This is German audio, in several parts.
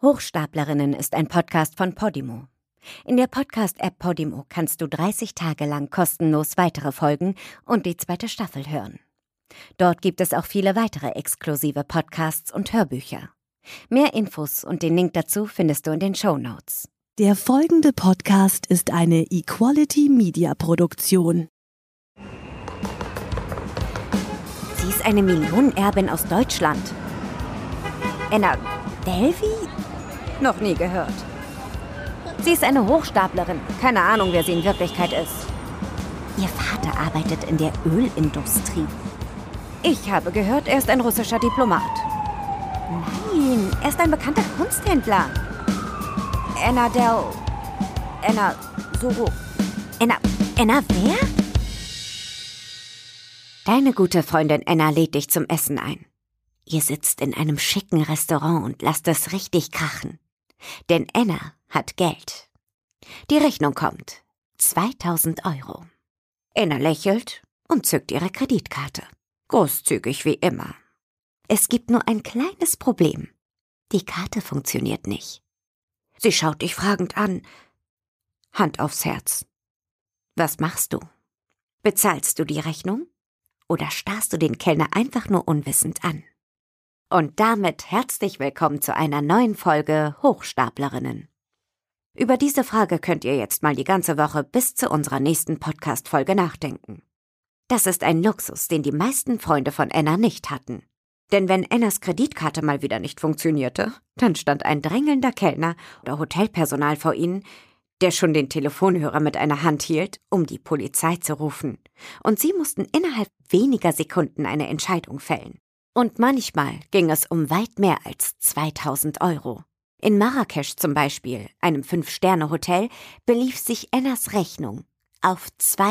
Hochstaplerinnen ist ein Podcast von Podimo. In der Podcast-App Podimo kannst du 30 Tage lang kostenlos weitere Folgen und die 2. Staffel hören. Dort gibt es auch viele weitere exklusive Podcasts und Hörbücher. Mehr Infos und den Link dazu findest du in den Shownotes. Der folgende Podcast ist eine Equality Media Produktion. Sie ist eine Millionenerbin aus Deutschland. Anna Delvey? Noch nie gehört. Sie ist eine Hochstaplerin. Keine Ahnung, wer sie in Wirklichkeit ist. Ihr Vater arbeitet in der Ölindustrie. Ich habe gehört, er ist ein russischer Diplomat. Nein, er ist ein bekannter Kunsthändler. Anna wer? Deine gute Freundin Anna lädt dich zum Essen ein. Ihr sitzt in einem schicken Restaurant und lasst es richtig krachen. Denn Anna hat Geld. Die Rechnung kommt. 2.000 €. Anna lächelt und zückt ihre Kreditkarte. Großzügig wie immer. Es gibt nur ein kleines Problem. Die Karte funktioniert nicht. Sie schaut dich fragend an. Hand aufs Herz. Was machst du? Bezahlst du die Rechnung? Oder starrst du den Kellner einfach nur unwissend an? Und damit herzlich willkommen zu einer neuen Folge Hochstaplerinnen. Über diese Frage könnt ihr jetzt mal die ganze Woche bis zu unserer nächsten Podcast-Folge nachdenken. Das ist ein Luxus, den die meisten Freunde von Anna nicht hatten. Denn wenn Annas Kreditkarte mal wieder nicht funktionierte, dann stand ein drängelnder Kellner oder Hotelpersonal vor ihnen, der schon den Telefonhörer mit einer Hand hielt, um die Polizei zu rufen. Und sie mussten innerhalb weniger Sekunden eine Entscheidung fällen. Und manchmal ging es um weit mehr als 2.000 €. In Marrakesch zum Beispiel, einem 5-Sterne-Hotel, belief sich Annas Rechnung auf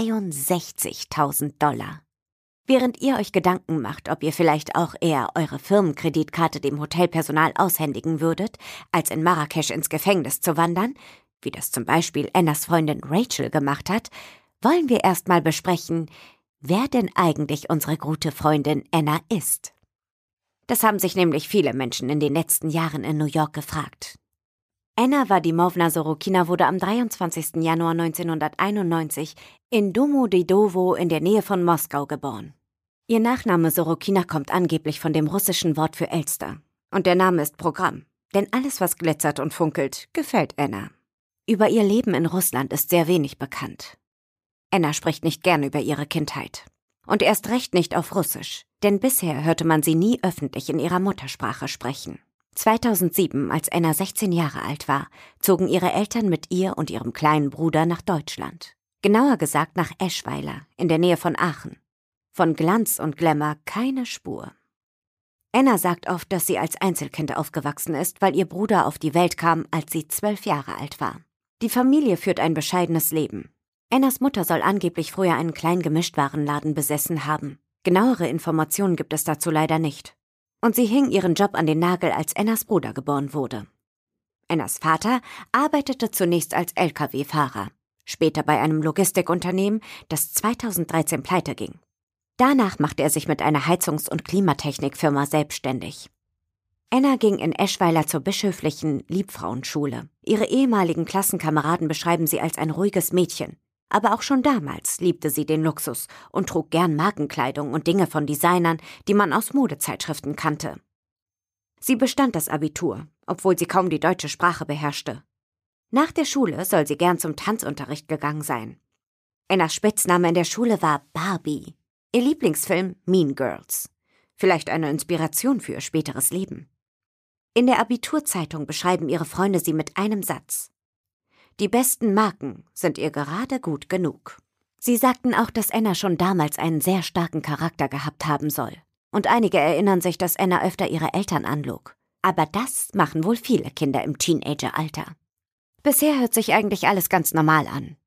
62.000 $. Während ihr euch Gedanken macht, ob ihr vielleicht auch eher eure Firmenkreditkarte dem Hotelpersonal aushändigen würdet, als in Marrakesch ins Gefängnis zu wandern, wie das zum Beispiel Annas Freundin Rachel gemacht hat, wollen wir erstmal besprechen, wer denn eigentlich unsere gute Freundin Anna ist. Das haben sich nämlich viele Menschen in den letzten Jahren in New York gefragt. Anna Vadimovna Sorokina wurde am 23. Januar 1991 in Domodedowo in der Nähe von Moskau geboren. Ihr Nachname Sorokina kommt angeblich von dem russischen Wort für Elster. Und der Name ist Programm, denn alles, was glitzert und funkelt, gefällt Anna. Über ihr Leben in Russland ist sehr wenig bekannt. Anna spricht nicht gern über ihre Kindheit. Und erst recht nicht auf Russisch, denn bisher hörte man sie nie öffentlich in ihrer Muttersprache sprechen. 2007, als Anna 16 Jahre alt war, zogen ihre Eltern mit ihr und ihrem kleinen Bruder nach Deutschland. Genauer gesagt nach Eschweiler, in der Nähe von Aachen. Von Glanz und Glamour keine Spur. Anna sagt oft, dass sie als Einzelkind aufgewachsen ist, weil ihr Bruder auf die Welt kam, als sie 12 Jahre alt war. Die Familie führt ein bescheidenes Leben. Annas Mutter soll angeblich früher einen kleinen Gemischtwarenladen besessen haben. Genauere Informationen gibt es dazu leider nicht. Und sie hing ihren Job an den Nagel, als Annas Bruder geboren wurde. Annas Vater arbeitete zunächst als LKW-Fahrer, später bei einem Logistikunternehmen, das 2013 pleite ging. Danach machte er sich mit einer Heizungs- und Klimatechnikfirma selbstständig. Anna ging in Eschweiler zur bischöflichen Liebfrauenschule. Ihre ehemaligen Klassenkameraden beschreiben sie als ein ruhiges Mädchen. Aber auch schon damals liebte sie den Luxus und trug gern Markenkleidung und Dinge von Designern, die man aus Modezeitschriften kannte. Sie bestand das Abitur, obwohl sie kaum die deutsche Sprache beherrschte. Nach der Schule soll sie gern zum Tanzunterricht gegangen sein. Annas Spitzname in der Schule war Barbie. Ihr Lieblingsfilm Mean Girls. Vielleicht eine Inspiration für ihr späteres Leben. In der Abiturzeitung beschreiben ihre Freunde sie mit einem Satz. Die besten Marken sind ihr gerade gut genug. Sie sagten auch, dass Anna schon damals einen sehr starken Charakter gehabt haben soll. Und einige erinnern sich, dass Anna öfter ihre Eltern anlog. Aber das machen wohl viele Kinder im Teenageralter. Bisher hört sich eigentlich alles ganz normal an.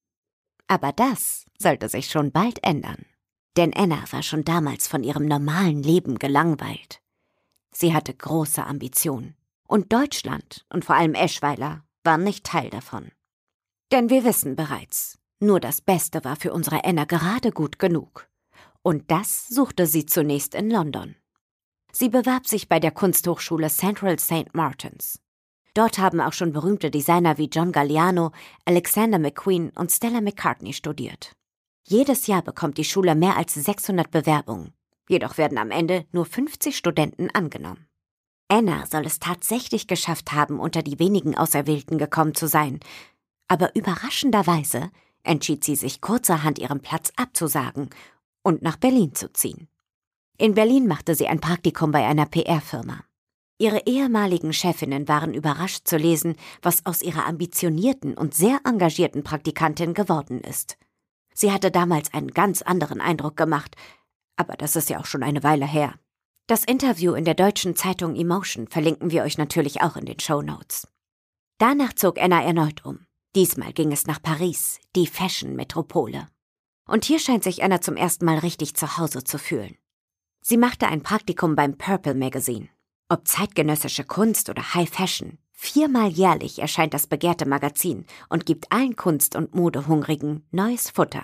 Aber das sollte sich schon bald ändern. Denn Anna war schon damals von ihrem normalen Leben gelangweilt. Sie hatte große Ambitionen. Und Deutschland und vor allem Eschweiler war nicht Teil davon. Denn wir wissen bereits, nur das Beste war für unsere Anna gerade gut genug. Und das suchte sie zunächst in London. Sie bewarb sich bei der Kunsthochschule Central St. Martins. Dort haben auch schon berühmte Designer wie John Galliano, Alexander McQueen und Stella McCartney studiert. Jedes Jahr bekommt die Schule mehr als 600 Bewerbungen. Jedoch werden am Ende nur 50 Studenten angenommen. Anna soll es tatsächlich geschafft haben, unter die wenigen Auserwählten gekommen zu sein. Aber überraschenderweise entschied sie sich kurzerhand, ihren Platz abzusagen und nach Berlin zu ziehen. In Berlin machte sie ein Praktikum bei einer PR-Firma. Ihre ehemaligen Chefinnen waren überrascht zu lesen, was aus ihrer ambitionierten und sehr engagierten Praktikantin geworden ist. Sie hatte damals einen ganz anderen Eindruck gemacht, aber das ist ja auch schon eine Weile her. Das Interview in der deutschen Zeitung Emotion verlinken wir euch natürlich auch in den Shownotes. Danach zog Anna erneut um. Diesmal ging es nach Paris, die Fashion-Metropole. Und hier scheint sich Anna zum ersten Mal richtig zu Hause zu fühlen. Sie machte ein Praktikum beim Purple Magazine. Ob zeitgenössische Kunst oder High Fashion, 4-mal jährlich erscheint das begehrte Magazin und gibt allen Kunst- und Modehungrigen neues Futter.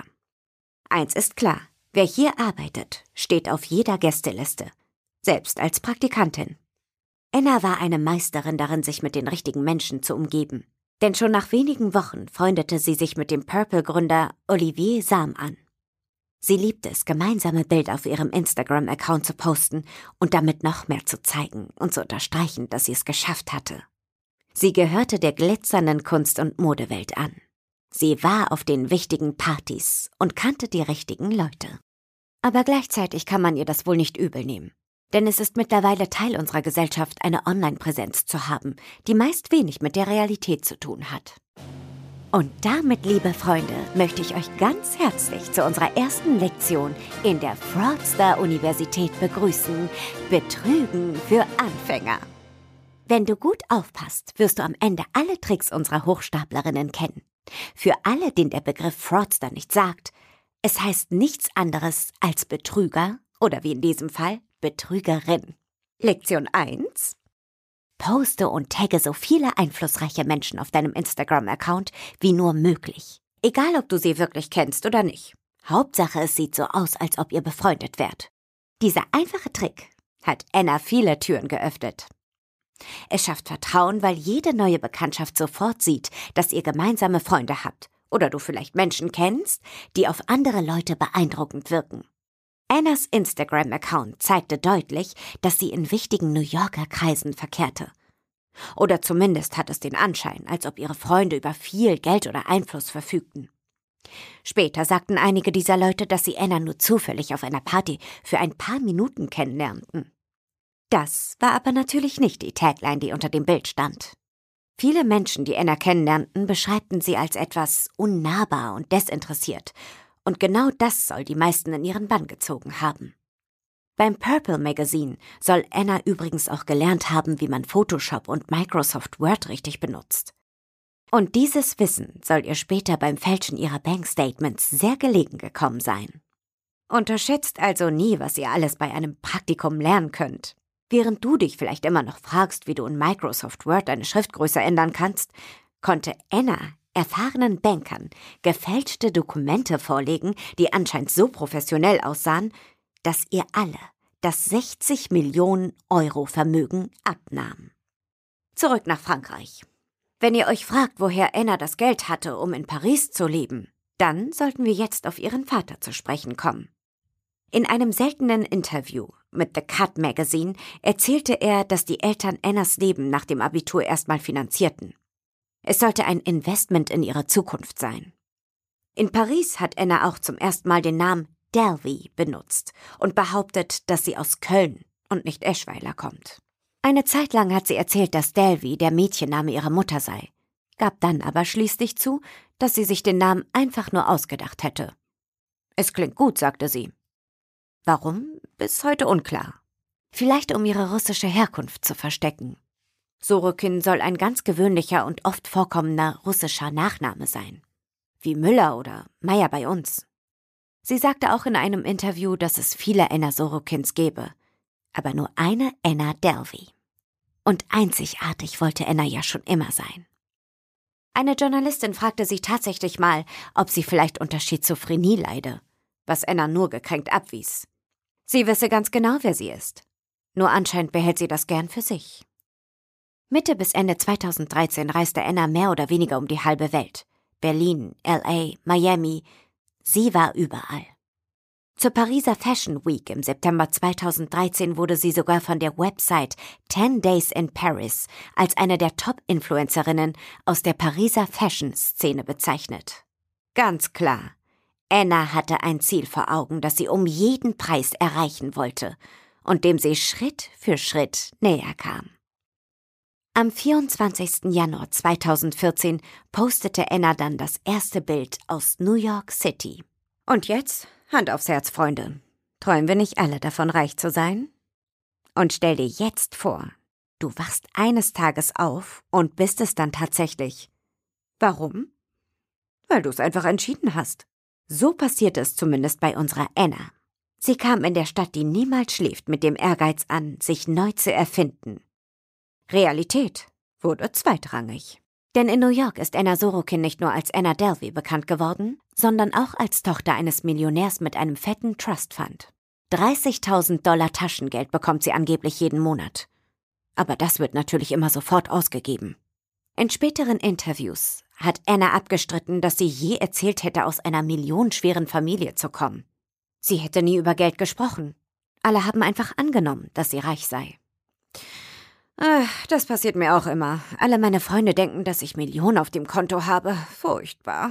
Eins ist klar, wer hier arbeitet, steht auf jeder Gästeliste, selbst als Praktikantin. Anna war eine Meisterin darin, sich mit den richtigen Menschen zu umgeben. Denn schon nach wenigen Wochen freundete sie sich mit dem Purple-Gründer Olivier Sam an. Sie liebte es, gemeinsame Bilder auf ihrem Instagram-Account zu posten und damit noch mehr zu zeigen und zu unterstreichen, dass sie es geschafft hatte. Sie gehörte der glitzernden Kunst- und Modewelt an. Sie war auf den wichtigen Partys und kannte die richtigen Leute. Aber gleichzeitig kann man ihr das wohl nicht übel nehmen. Denn es ist mittlerweile Teil unserer Gesellschaft, eine Online-Präsenz zu haben, die meist wenig mit der Realität zu tun hat. Und damit, liebe Freunde, möchte ich euch ganz herzlich zu unserer ersten Lektion in der Fraudster-Universität begrüßen: Betrügen für Anfänger. Wenn du gut aufpasst, wirst du am Ende alle Tricks unserer Hochstaplerinnen kennen. Für alle, denen der Begriff Fraudster nicht sagt, es heißt nichts anderes als Betrüger oder wie in diesem Fall Betrügerin. Lektion 1. Poste und tagge so viele einflussreiche Menschen auf deinem Instagram-Account wie nur möglich. Egal, ob du sie wirklich kennst oder nicht. Hauptsache, es sieht so aus, als ob ihr befreundet wärt. Dieser einfache Trick hat Anna viele Türen geöffnet. Es schafft Vertrauen, weil jede neue Bekanntschaft sofort sieht, dass ihr gemeinsame Freunde habt oder du vielleicht Menschen kennst, die auf andere Leute beeindruckend wirken. Annas Instagram-Account zeigte deutlich, dass sie in wichtigen New Yorker Kreisen verkehrte. Oder zumindest hat es den Anschein, als ob ihre Freunde über viel Geld oder Einfluss verfügten. Später sagten einige dieser Leute, dass sie Anna nur zufällig auf einer Party für ein paar Minuten kennenlernten. Das war aber natürlich nicht die Tagline, die unter dem Bild stand. Viele Menschen, die Anna kennenlernten, beschreibten sie als etwas unnahbar und desinteressiert. Und genau das soll die meisten in ihren Bann gezogen haben. Beim Purple Magazine soll Anna übrigens auch gelernt haben, wie man Photoshop und Microsoft Word richtig benutzt. Und dieses Wissen soll ihr später beim Fälschen ihrer Bankstatements sehr gelegen gekommen sein. Unterschätzt also nie, was ihr alles bei einem Praktikum lernen könnt. Während du dich vielleicht immer noch fragst, wie du in Microsoft Word deine Schriftgröße ändern kannst, konnte Anna erfahrenen Bankern gefälschte Dokumente vorlegen, die anscheinend so professionell aussahen, dass ihr alle das 60 Millionen Euro Vermögen abnahm. Zurück nach Frankreich. Wenn ihr euch fragt, woher Anna das Geld hatte, um in Paris zu leben, dann sollten wir jetzt auf ihren Vater zu sprechen kommen. In einem seltenen Interview mit The Cut Magazine erzählte er, dass die Eltern Annas Leben nach dem Abitur erstmal finanzierten. Es sollte ein Investment in ihre Zukunft sein. In Paris hat Anna auch zum ersten Mal den Namen Delvey benutzt und behauptet, dass sie aus Köln und nicht Eschweiler kommt. Eine Zeit lang hat sie erzählt, dass Delvey der Mädchenname ihrer Mutter sei, gab dann aber schließlich zu, dass sie sich den Namen einfach nur ausgedacht hätte. Es klingt gut, sagte sie. Warum? Bis heute unklar. Vielleicht um ihre russische Herkunft zu verstecken. Sorokin soll ein ganz gewöhnlicher und oft vorkommender russischer Nachname sein. Wie Müller oder Meyer bei uns. Sie sagte auch in einem Interview, dass es viele Anna Sorokins gäbe, aber nur eine Anna Delvey. Und einzigartig wollte Anna ja schon immer sein. Eine Journalistin fragte sie tatsächlich mal, ob sie vielleicht unter Schizophrenie leide, was Anna nur gekränkt abwies. Sie wisse ganz genau, wer sie ist. Nur anscheinend behält sie das gern für sich. Mitte bis Ende 2013 reiste Anna mehr oder weniger um die halbe Welt. Berlin, LA, Miami. Sie war überall. Zur Pariser Fashion Week im September 2013 wurde sie sogar von der Website 10 Days in Paris als eine der Top-Influencerinnen aus der Pariser Fashion-Szene bezeichnet. Ganz klar, Anna hatte ein Ziel vor Augen, das sie um jeden Preis erreichen wollte und dem sie Schritt für Schritt näher kam. Am 24. Januar 2014 postete Anna dann das erste Bild aus New York City. Und jetzt, Hand aufs Herz, Freunde, träumen wir nicht alle davon, reich zu sein? Und stell dir jetzt vor, du wachst eines Tages auf und bist es dann tatsächlich. Warum? Weil du es einfach entschieden hast. So passiert es zumindest bei unserer Anna. Sie kam in der Stadt, die niemals schläft, mit dem Ehrgeiz an, sich neu zu erfinden. Realität wurde zweitrangig. Denn in New York ist Anna Sorokin nicht nur als Anna Delvey bekannt geworden, sondern auch als Tochter eines Millionärs mit einem fetten Trust Fund. $30.000 Taschengeld bekommt sie angeblich jeden Monat. Aber das wird natürlich immer sofort ausgegeben. In späteren Interviews hat Anna abgestritten, dass sie je erzählt hätte, aus einer millionenschweren Familie zu kommen. Sie hätte nie über Geld gesprochen. Alle haben einfach angenommen, dass sie reich sei. Das passiert mir auch immer. Alle meine Freunde denken, dass ich Millionen auf dem Konto habe. Furchtbar.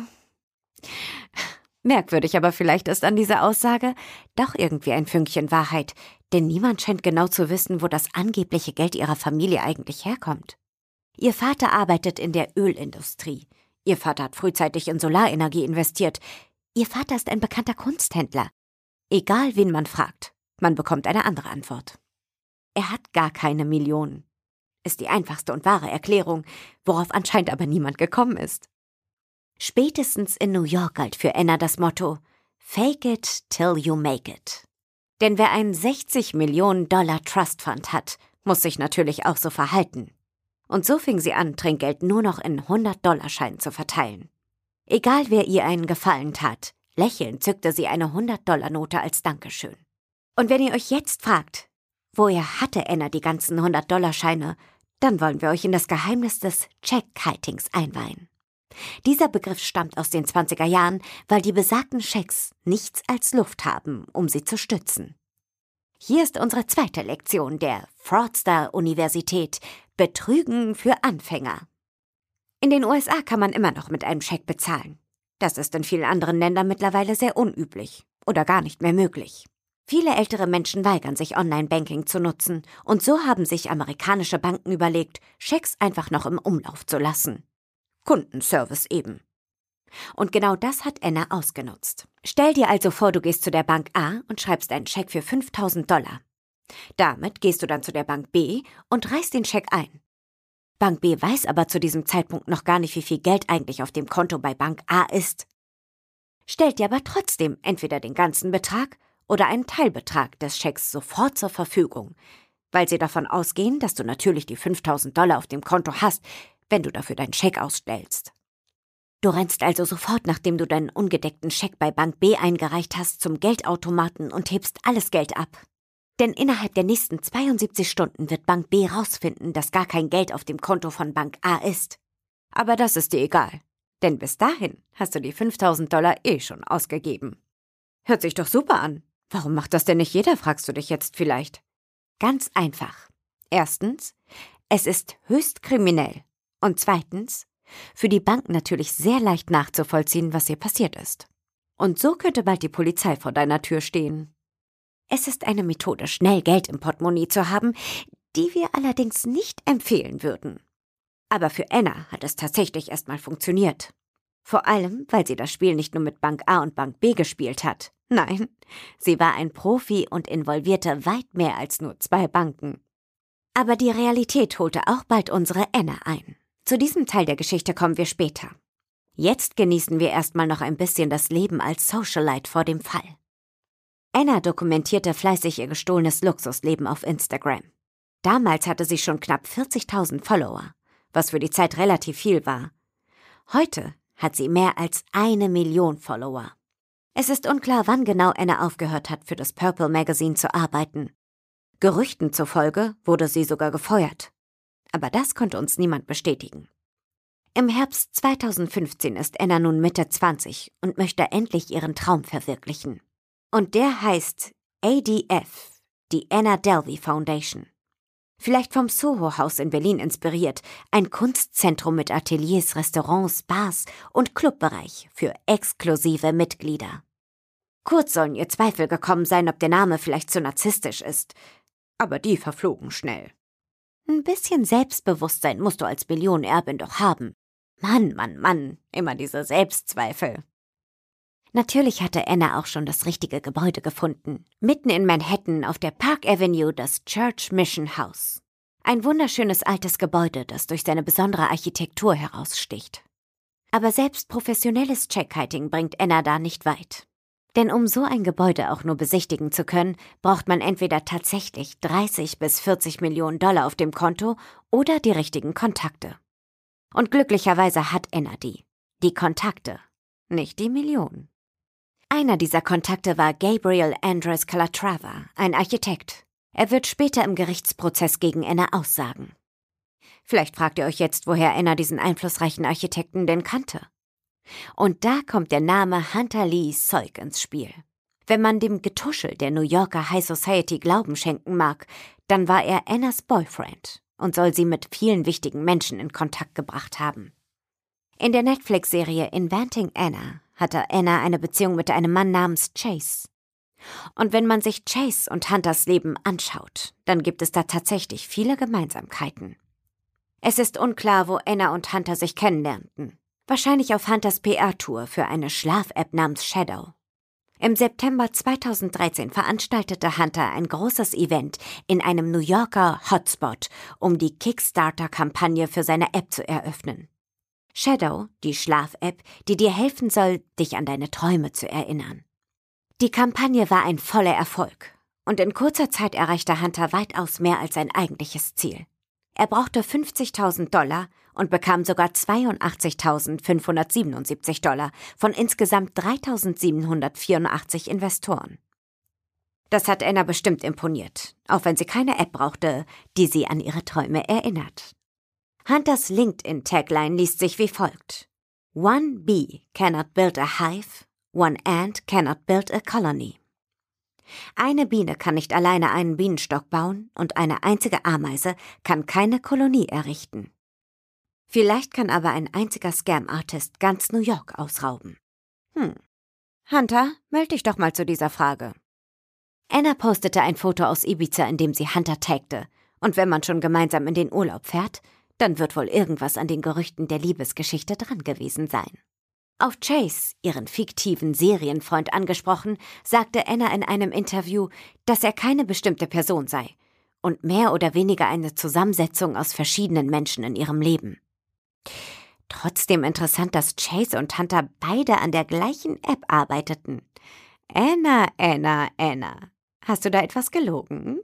Merkwürdig aber vielleicht ist an dieser Aussage doch irgendwie ein Fünkchen Wahrheit, denn niemand scheint genau zu wissen, wo das angebliche Geld ihrer Familie eigentlich herkommt. Ihr Vater arbeitet in der Ölindustrie. Ihr Vater hat frühzeitig in Solarenergie investiert. Ihr Vater ist ein bekannter Kunsthändler. Egal, wen man fragt, man bekommt eine andere Antwort. Er hat gar keine Millionen. Ist die einfachste und wahre Erklärung, worauf anscheinend aber niemand gekommen ist. Spätestens in New York galt für Anna das Motto Fake it till you make it. Denn wer einen $60 Millionen Trust Fund hat, muss sich natürlich auch so verhalten. Und so fing sie an, Trinkgeld nur noch in $100-Scheinen zu verteilen. Egal wer ihr einen Gefallen tat, lächelnd zückte sie eine $100-Note als Dankeschön. Und wenn ihr euch jetzt fragt, woher hatte Anna die ganzen $100-Scheine, dann wollen wir euch in das Geheimnis des Check-Kitings einweihen. Dieser Begriff stammt aus den 20er Jahren, weil die besagten Schecks nichts als Luft haben, um sie zu stützen. Hier ist unsere zweite Lektion der Fraudster-Universität Betrügen für Anfänger. In den USA kann man immer noch mit einem Scheck bezahlen. Das ist in vielen anderen Ländern mittlerweile sehr unüblich oder gar nicht mehr möglich. Viele ältere Menschen weigern sich, Online-Banking zu nutzen, und so haben sich amerikanische Banken überlegt, Schecks einfach noch im Umlauf zu lassen. Kundenservice eben. Und genau das hat Anna ausgenutzt. Stell dir also vor, du gehst zu der Bank A und schreibst einen Scheck für $5.000. Damit gehst du dann zu der Bank B und reichst den Scheck ein. Bank B weiß aber zu diesem Zeitpunkt noch gar nicht, wie viel Geld eigentlich auf dem Konto bei Bank A ist. Stellt dir aber trotzdem entweder den ganzen Betrag oder einen Teilbetrag des Schecks sofort zur Verfügung, weil sie davon ausgehen, dass du natürlich die $5.000 auf dem Konto hast, wenn du dafür deinen Scheck ausstellst. Du rennst also sofort, nachdem du deinen ungedeckten Scheck bei Bank B eingereicht hast, zum Geldautomaten und hebst alles Geld ab. Denn innerhalb der nächsten 72 Stunden wird Bank B rausfinden, dass gar kein Geld auf dem Konto von Bank A ist. Aber das ist dir egal, denn bis dahin hast du die $5.000 eh schon ausgegeben. Hört sich doch super an. Warum macht das denn nicht jeder, fragst du dich jetzt vielleicht. Ganz einfach. Erstens, es ist höchst kriminell. Und zweitens, für die Bank natürlich sehr leicht nachzuvollziehen, was hier passiert ist. Und so könnte bald die Polizei vor deiner Tür stehen. Es ist eine Methode, schnell Geld im Portemonnaie zu haben, die wir allerdings nicht empfehlen würden. Aber für Anna hat es tatsächlich erstmal funktioniert. Vor allem, weil sie das Spiel nicht nur mit Bank A und Bank B gespielt hat. Nein, sie war ein Profi und involvierte weit mehr als nur 2 Banken. Aber die Realität holte auch bald unsere Anna ein. Zu diesem Teil der Geschichte kommen wir später. Jetzt genießen wir erstmal noch ein bisschen das Leben als Socialite vor dem Fall. Anna dokumentierte fleißig ihr gestohlenes Luxusleben auf Instagram. Damals hatte sie schon knapp 40.000 Follower, was für die Zeit relativ viel war. Heute hat sie mehr als 1 Million Follower. Es ist unklar, wann genau Anna aufgehört hat, für das Purple Magazine zu arbeiten. Gerüchten zufolge wurde sie sogar gefeuert. aber das konnte uns niemand bestätigen. Im Herbst 2015 ist Anna nun Mitte 20 und möchte endlich ihren Traum verwirklichen. Und der heißt ADF, die Anna Delvey Foundation. Vielleicht vom Soho-Haus in Berlin inspiriert, ein Kunstzentrum mit Ateliers, Restaurants, Bars und Clubbereich für exklusive Mitglieder. Kurz sollen ihr Zweifel gekommen sein, ob der Name vielleicht zu narzisstisch ist, aber die verflogen schnell. Ein bisschen Selbstbewusstsein musst du als Billionenerbin doch haben. Mann, immer diese Selbstzweifel. Natürlich hatte Anna auch schon das richtige Gebäude gefunden. Mitten in Manhattan auf der Park Avenue das Church Mission House. Ein wunderschönes altes Gebäude, das durch seine besondere Architektur heraussticht. Aber selbst professionelles Checkkiting bringt Anna da nicht weit. Denn um so ein Gebäude auch nur besichtigen zu können, braucht man entweder tatsächlich 30 bis 40 Millionen Dollar auf dem Konto oder die richtigen Kontakte. Und glücklicherweise hat Anna die Kontakte, nicht die Millionen. Einer dieser Kontakte war Gabriel Andres Calatrava, ein Architekt. Er wird später im Gerichtsprozess gegen Anna aussagen. Vielleicht fragt ihr euch jetzt, woher Anna diesen einflussreichen Architekten denn kannte. Und da kommt der Name Hunter Lee Zeug ins Spiel. Wenn man dem Getuschel der New Yorker High Society Glauben schenken mag, dann war er Annas Boyfriend und soll sie mit vielen wichtigen Menschen in Kontakt gebracht haben. In der Netflix-Serie Inventing Anna hatte Anna eine Beziehung mit einem Mann namens Chase. Und wenn man sich Chase und Hunters Leben anschaut, dann gibt es da tatsächlich viele Gemeinsamkeiten. Es ist unklar, wo Anna und Hunter sich kennenlernten. Wahrscheinlich auf Hunters PR-Tour für eine Schlaf-App namens Shadow. Im September 2013 veranstaltete Hunter ein großes Event in einem New Yorker Hotspot, um die Kickstarter-Kampagne für seine App zu eröffnen. Shadow, die Schlaf-App, die dir helfen soll, dich an deine Träume zu erinnern. Die Kampagne war ein voller Erfolg und in kurzer Zeit erreichte Hunter weitaus mehr als sein eigentliches Ziel. Er brauchte $50.000 und bekam sogar $82.577 von insgesamt 3.784 Investoren. Das hat Anna bestimmt imponiert, auch wenn sie keine App brauchte, die sie an ihre Träume erinnert. Hunters LinkedIn-Tagline liest sich wie folgt: One bee cannot build a hive, one ant cannot build a colony. Eine Biene kann nicht alleine einen Bienenstock bauen und eine einzige Ameise kann keine Kolonie errichten. Vielleicht kann aber ein einziger Scam-Artist ganz New York ausrauben. Hunter, meld dich doch mal zu dieser Frage. Anna postete ein Foto aus Ibiza, in dem sie Hunter taggte. Und wenn man schon gemeinsam in den Urlaub fährt, dann wird wohl irgendwas an den Gerüchten der Liebesgeschichte dran gewesen sein. Auf Chase, ihren fiktiven Serienfreund angesprochen, sagte Anna in einem Interview, dass er keine bestimmte Person sei und mehr oder weniger eine Zusammensetzung aus verschiedenen Menschen in ihrem Leben. Trotzdem interessant, dass Chase und Hunter beide an der gleichen App arbeiteten. Anna. Hast du da etwas gelogen?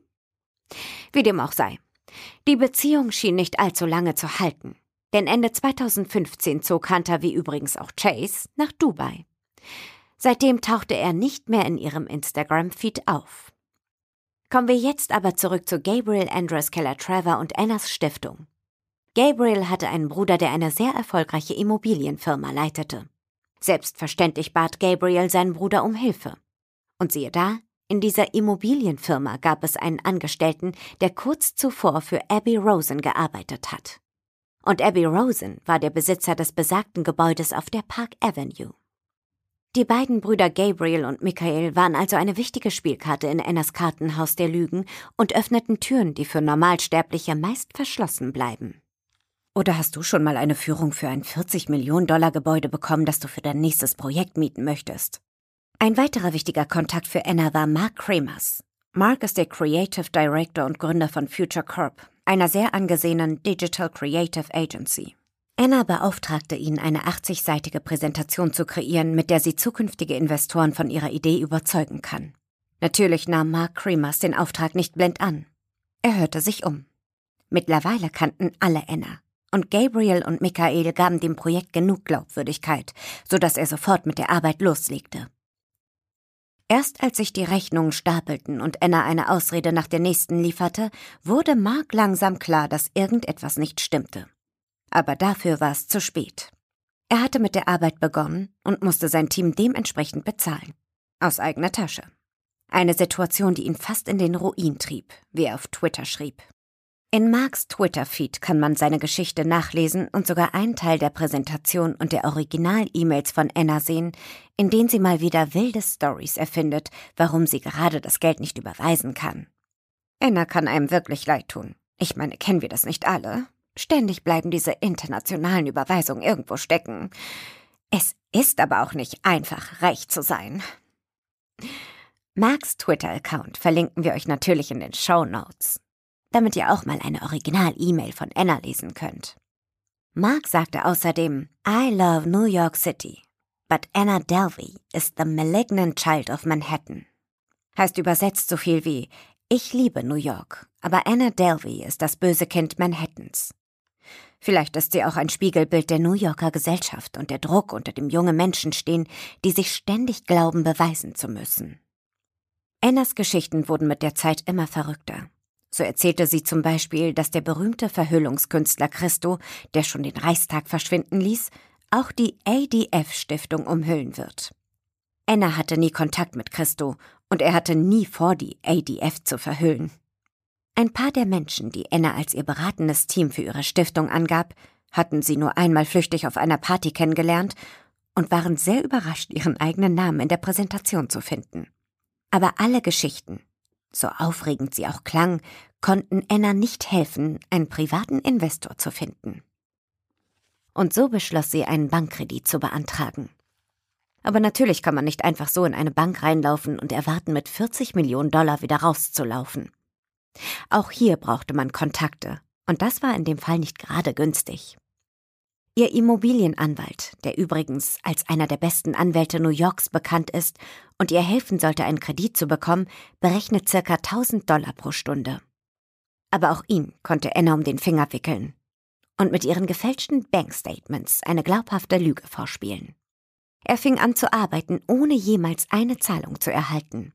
Wie dem auch sei. Die Beziehung schien nicht allzu lange zu halten. Denn Ende 2015 zog Hunter, wie übrigens auch Chase, nach Dubai. Seitdem tauchte er nicht mehr in ihrem Instagram-Feed auf. Kommen wir jetzt aber zurück zu Gabriel Andres Calatrava und Annas Stiftung. Gabriel hatte einen Bruder, der eine sehr erfolgreiche Immobilienfirma leitete. Selbstverständlich bat Gabriel seinen Bruder um Hilfe. Und siehe da, in dieser Immobilienfirma gab es einen Angestellten, der kurz zuvor für Abby Rosen gearbeitet hat. Und Abby Rosen war der Besitzer des besagten Gebäudes auf der Park Avenue. Die beiden Brüder Gabriel und Michael waren also eine wichtige Spielkarte in Annas Kartenhaus der Lügen und öffneten Türen, die für Normalsterbliche meist verschlossen bleiben. Oder hast du schon mal eine Führung für ein $40-Millionen-Gebäude bekommen, das du für dein nächstes Projekt mieten möchtest? Ein weiterer wichtiger Kontakt für Anna war Mark Kremers. Mark ist der Creative Director und Gründer von Future Corp, einer sehr angesehenen Digital Creative Agency. Anna beauftragte ihn, eine 80-seitige Präsentation zu kreieren, mit der sie zukünftige Investoren von ihrer Idee überzeugen kann. Natürlich nahm Mark Kremers den Auftrag nicht blind an. Er hörte sich um. Mittlerweile kannten alle Anna. Und Gabriel und Michael gaben dem Projekt genug Glaubwürdigkeit, sodass er sofort mit der Arbeit loslegte. Erst als sich die Rechnungen stapelten und Anna eine Ausrede nach der nächsten lieferte, wurde Mark langsam klar, dass irgendetwas nicht stimmte. Aber dafür war es zu spät. Er hatte mit der Arbeit begonnen und musste sein Team dementsprechend bezahlen. Aus eigener Tasche. Eine Situation, die ihn fast in den Ruin trieb, wie er auf Twitter schrieb. In Marks Twitter-Feed kann man seine Geschichte nachlesen und sogar einen Teil der Präsentation und der Original-E-Mails von Anna sehen, in denen sie mal wieder wilde Stories erfindet, warum sie gerade das Geld nicht überweisen kann. Anna kann einem wirklich leid tun. Ich meine, kennen wir das nicht alle? Ständig bleiben diese internationalen Überweisungen irgendwo stecken. Es ist aber auch nicht einfach, reich zu sein. Marks Twitter-Account verlinken wir euch natürlich in den Shownotes, damit ihr auch mal eine Original-E-Mail von Anna lesen könnt. Mark sagte außerdem, I love New York City, but Anna Delvey is the malignant child of Manhattan. Heißt übersetzt so viel wie, ich liebe New York, aber Anna Delvey ist das böse Kind Manhattans. Vielleicht ist sie auch ein Spiegelbild der New Yorker Gesellschaft und der Druck, unter dem junge Menschen stehen, die sich ständig glauben, beweisen zu müssen. Annas Geschichten wurden mit der Zeit immer verrückter. So erzählte sie zum Beispiel, dass der berühmte Verhüllungskünstler Christo, der schon den Reichstag verschwinden ließ, auch die ADF-Stiftung umhüllen wird. Anna hatte nie Kontakt mit Christo und er hatte nie vor, die ADF zu verhüllen. Ein paar der Menschen, die Anna als ihr beratendes Team für ihre Stiftung angab, hatten sie nur einmal flüchtig auf einer Party kennengelernt und waren sehr überrascht, ihren eigenen Namen in der Präsentation zu finden. Aber alle Geschichten, so aufregend sie auch klang, konnten Anna nicht helfen, einen privaten Investor zu finden. Und so beschloss sie, einen Bankkredit zu beantragen. Aber natürlich kann man nicht einfach so in eine Bank reinlaufen und erwarten, mit 40 Millionen Dollar wieder rauszulaufen. Auch hier brauchte man Kontakte, und das war in dem Fall nicht gerade günstig. Ihr Immobilienanwalt, der übrigens als einer der besten Anwälte New Yorks bekannt ist und ihr helfen sollte, einen Kredit zu bekommen, berechnet ca. $1.000 pro Stunde. Aber auch ihn konnte Anna um den Finger wickeln und mit ihren gefälschten Bankstatements eine glaubhafte Lüge vorspielen. Er fing an zu arbeiten, ohne jemals eine Zahlung zu erhalten.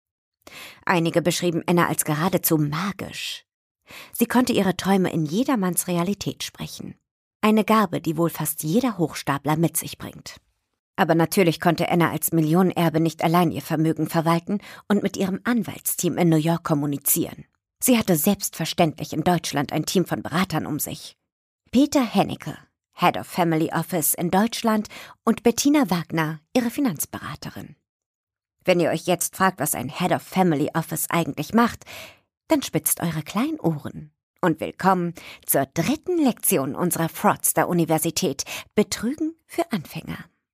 Einige beschrieben Anna als geradezu magisch. Sie konnte ihre Träume in jedermanns Realität sprechen. Eine Gabe, die wohl fast jeder Hochstapler mit sich bringt. Aber natürlich konnte Anna als Millionenerbe nicht allein ihr Vermögen verwalten und mit ihrem Anwaltsteam in New York kommunizieren. Sie hatte selbstverständlich in Deutschland ein Team von Beratern um sich. Peter Hennecke, Head of Family Office in Deutschland, und Bettina Wagner, ihre Finanzberaterin. Wenn ihr euch jetzt fragt, was ein Head of Family Office eigentlich macht, dann spitzt eure kleinen Ohren. Und willkommen zur 3. Lektion unserer Fraudster-Universität Betrügen für Anfänger.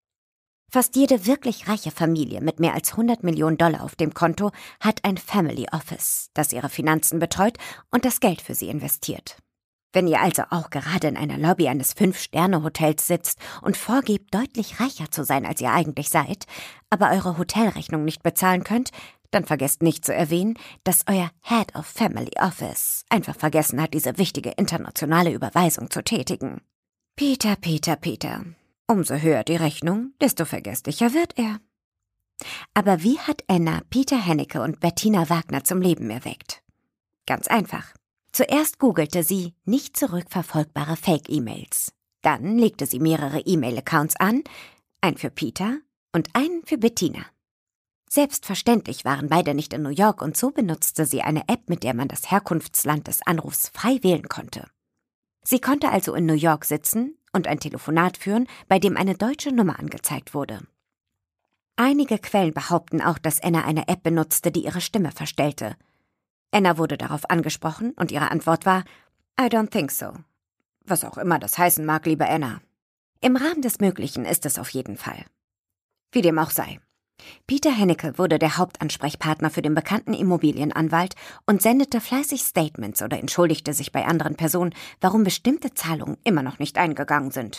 Fast jede wirklich reiche Familie mit mehr als 100 Millionen Dollar auf dem Konto hat ein Family Office, das ihre Finanzen betreut und das Geld für sie investiert. Wenn ihr also auch gerade in einer Lobby eines 5-Sterne-Hotels sitzt und vorgebt, deutlich reicher zu sein, als ihr eigentlich seid, aber eure Hotelrechnung nicht bezahlen könnt, dann vergesst nicht zu erwähnen, dass euer Head of Family Office einfach vergessen hat, diese wichtige internationale Überweisung zu tätigen. Peter. Umso höher die Rechnung, desto vergesslicher wird er. Aber wie hat Anna Peter Hennecke und Bettina Wagner zum Leben erweckt? Ganz einfach. Zuerst googelte sie nicht zurückverfolgbare Fake-E-Mails. Dann legte sie mehrere E-Mail-Accounts an, einen für Peter und einen für Bettina. Selbstverständlich waren beide nicht in New York und so benutzte sie eine App, mit der man das Herkunftsland des Anrufs frei wählen konnte. Sie konnte also in New York sitzen und ein Telefonat führen, bei dem eine deutsche Nummer angezeigt wurde. Einige Quellen behaupten auch, dass Anna eine App benutzte, die ihre Stimme verstellte. Anna wurde darauf angesprochen und ihre Antwort war, I don't think so. Was auch immer das heißen mag, liebe Anna. Im Rahmen des Möglichen ist es auf jeden Fall. Wie dem auch sei. Peter Hennecke wurde der Hauptansprechpartner für den bekannten Immobilienanwalt und sendete fleißig Statements oder entschuldigte sich bei anderen Personen, warum bestimmte Zahlungen immer noch nicht eingegangen sind.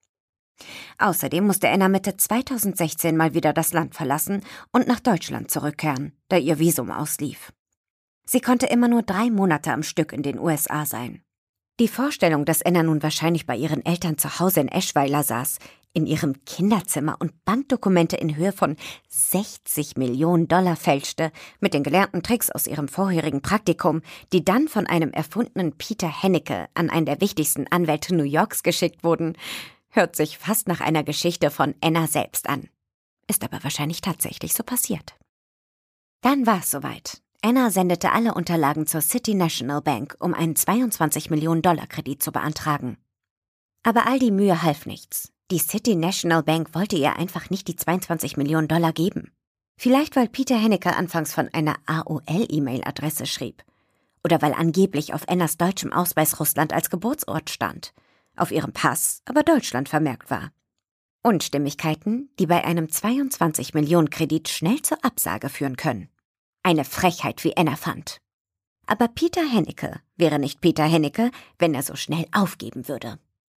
Außerdem musste Anna Mitte 2016 mal wieder das Land verlassen und nach Deutschland zurückkehren, da ihr Visum auslief. Sie konnte immer nur 3 Monate am Stück in den USA sein. Die Vorstellung, dass Anna nun wahrscheinlich bei ihren Eltern zu Hause in Eschweiler saß, in ihrem Kinderzimmer und Bankdokumente in Höhe von 60 Millionen Dollar fälschte, mit den gelernten Tricks aus ihrem vorherigen Praktikum, die dann von einem erfundenen Peter Hennecke an einen der wichtigsten Anwälte New Yorks geschickt wurden, hört sich fast nach einer Geschichte von Anna selbst an. Ist aber wahrscheinlich tatsächlich so passiert. Dann war es soweit. Anna sendete alle Unterlagen zur City National Bank, um einen 22 Millionen Dollar Kredit zu beantragen. Aber all die Mühe half nichts. Die City National Bank wollte ihr einfach nicht die 22 Millionen Dollar geben. Vielleicht, weil Peter Hennecke anfangs von einer AOL-E-Mail-Adresse schrieb. Oder weil angeblich auf Annas deutschem Ausweis Russland als Geburtsort stand. Auf ihrem Pass aber Deutschland vermerkt war. Unstimmigkeiten, die bei einem 22 Millionen Kredit schnell zur Absage führen können. Eine Frechheit, wie Anna fand. Aber Peter Hennecke wäre nicht Peter Hennecke, wenn er so schnell aufgeben würde.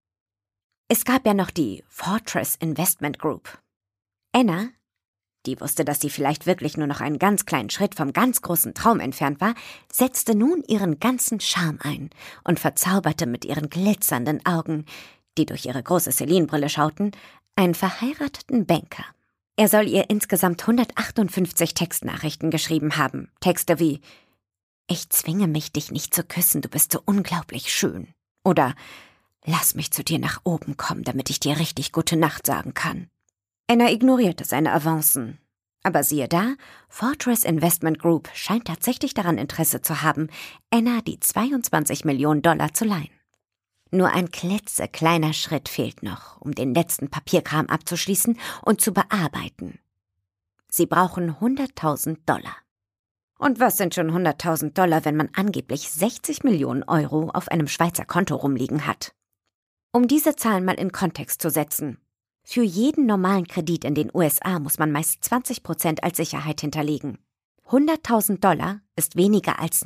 Es gab ja noch die Fortress Investment Group. Anna, die wusste, dass sie vielleicht wirklich nur noch einen ganz kleinen Schritt vom ganz großen Traum entfernt war, setzte nun ihren ganzen Charme ein und verzauberte mit ihren glitzernden Augen, die durch ihre große Celine-Brille schauten, einen verheirateten Banker. Er soll ihr insgesamt 158 Textnachrichten geschrieben haben. Texte wie: Ich zwinge mich, dich nicht zu küssen, du bist so unglaublich schön. Oder: Lass mich zu dir nach oben kommen, damit ich dir richtig gute Nacht sagen kann. Anna ignorierte seine Avancen. Aber siehe da, Fortress Investment Group scheint tatsächlich daran Interesse zu haben, Anna die 22 Millionen Dollar zu leihen. Nur ein klitzekleiner Schritt fehlt noch, um den letzten Papierkram abzuschließen und zu bearbeiten. Sie brauchen 100.000 Dollar. Und was sind schon 100.000 Dollar, wenn man angeblich 60 Millionen Euro auf einem Schweizer Konto rumliegen hat? Um diese Zahlen mal in Kontext zu setzen. Für jeden normalen Kredit in den USA muss man meist 20% als Sicherheit hinterlegen. 100.000 Dollar ist weniger als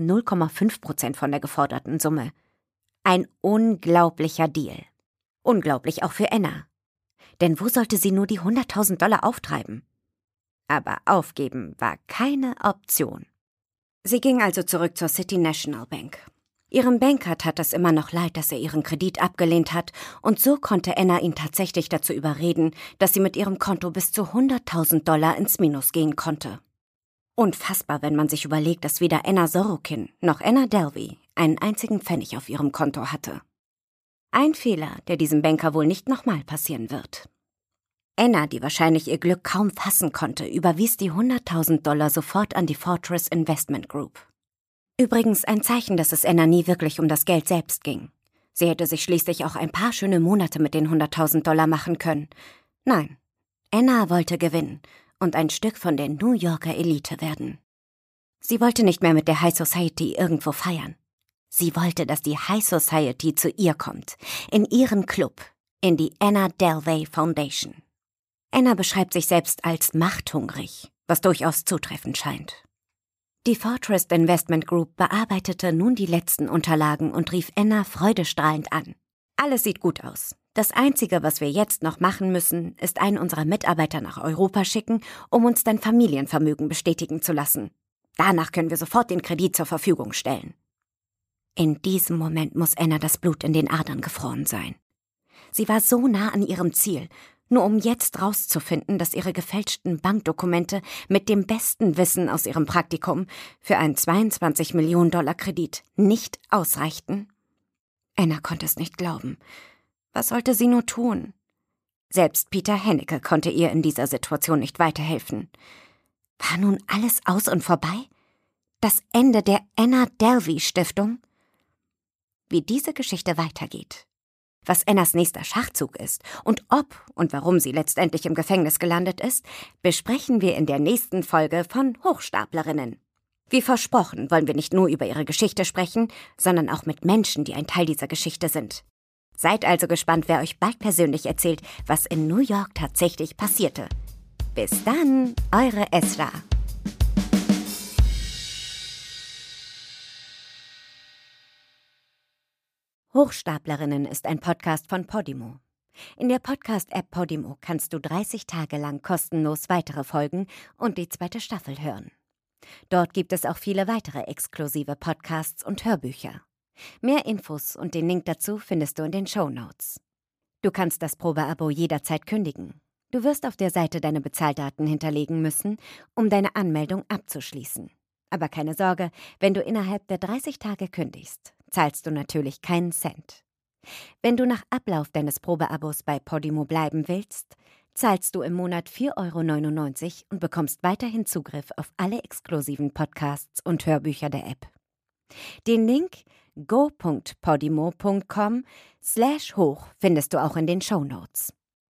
0,5% von der geforderten Summe. Ein unglaublicher Deal. Unglaublich auch für Anna. Denn wo sollte sie nur die 100.000 Dollar auftreiben? Aber aufgeben war keine Option. Sie ging also zurück zur City National Bank. Ihrem Banker tat es immer noch leid, dass er ihren Kredit abgelehnt hat, und so konnte Anna ihn tatsächlich dazu überreden, dass sie mit ihrem Konto bis zu 100.000 Dollar ins Minus gehen konnte. Unfassbar, wenn man sich überlegt, dass weder Anna Sorokin noch Anna Delvey einen einzigen Pfennig auf ihrem Konto hatte. Ein Fehler, der diesem Banker wohl nicht nochmal passieren wird. Anna, die wahrscheinlich ihr Glück kaum fassen konnte, überwies die 100.000 Dollar sofort an die Fortress Investment Group. Übrigens ein Zeichen, dass es Anna nie wirklich um das Geld selbst ging. Sie hätte sich schließlich auch ein paar schöne Monate mit den 100.000 Dollar machen können. Nein, Anna wollte gewinnen und ein Stück von der New Yorker Elite werden. Sie wollte nicht mehr mit der High Society irgendwo feiern. Sie wollte, dass die High Society zu ihr kommt, in ihren Club, in die Anna Delvey Foundation. Anna beschreibt sich selbst als machthungrig, was durchaus zutreffend scheint. Die Fortress Investment Group bearbeitete nun die letzten Unterlagen und rief Anna freudestrahlend an. Alles sieht gut aus. Das Einzige, was wir jetzt noch machen müssen, ist einen unserer Mitarbeiter nach Europa schicken, um uns dein Familienvermögen bestätigen zu lassen. Danach können wir sofort den Kredit zur Verfügung stellen. In diesem Moment muss Anna das Blut in den Adern gefroren sein. Sie war so nah an ihrem Ziel, nur um jetzt rauszufinden, dass ihre gefälschten Bankdokumente mit dem besten Wissen aus ihrem Praktikum für einen 22 Millionen Dollar Kredit nicht ausreichten. Anna konnte es nicht glauben. Was sollte sie nur tun? Selbst Peter Hennecke konnte ihr in dieser Situation nicht weiterhelfen. War nun alles aus und vorbei? Das Ende der Anna Delvey Stiftung? Wie diese Geschichte weitergeht, was Annas nächster Schachzug ist und ob und warum sie letztendlich im Gefängnis gelandet ist, besprechen wir in der nächsten Folge von Hochstaplerinnen. Wie versprochen, wollen wir nicht nur über ihre Geschichte sprechen, sondern auch mit Menschen, die ein Teil dieser Geschichte sind. Seid also gespannt, wer euch bald persönlich erzählt, was in New York tatsächlich passierte. Bis dann, eure Esra. Hochstaplerinnen ist ein Podcast von Podimo. In der Podcast-App Podimo kannst du 30 Tage lang kostenlos weitere Folgen und die 2. Staffel hören. Dort gibt es auch viele weitere exklusive Podcasts und Hörbücher. Mehr Infos und den Link dazu findest du in den Shownotes. Du kannst das Probeabo jederzeit kündigen. Du wirst auf der Seite deine Bezahldaten hinterlegen müssen, um deine Anmeldung abzuschließen. Aber keine Sorge, wenn du innerhalb der 30 Tage kündigst, zahlst du natürlich keinen Cent. Wenn du nach Ablauf deines Probeabos bei Podimo bleiben willst, zahlst du im Monat 4,99 € und bekommst weiterhin Zugriff auf alle exklusiven Podcasts und Hörbücher der App. Den Link go.podimo.com/hoch findest du auch in den Shownotes.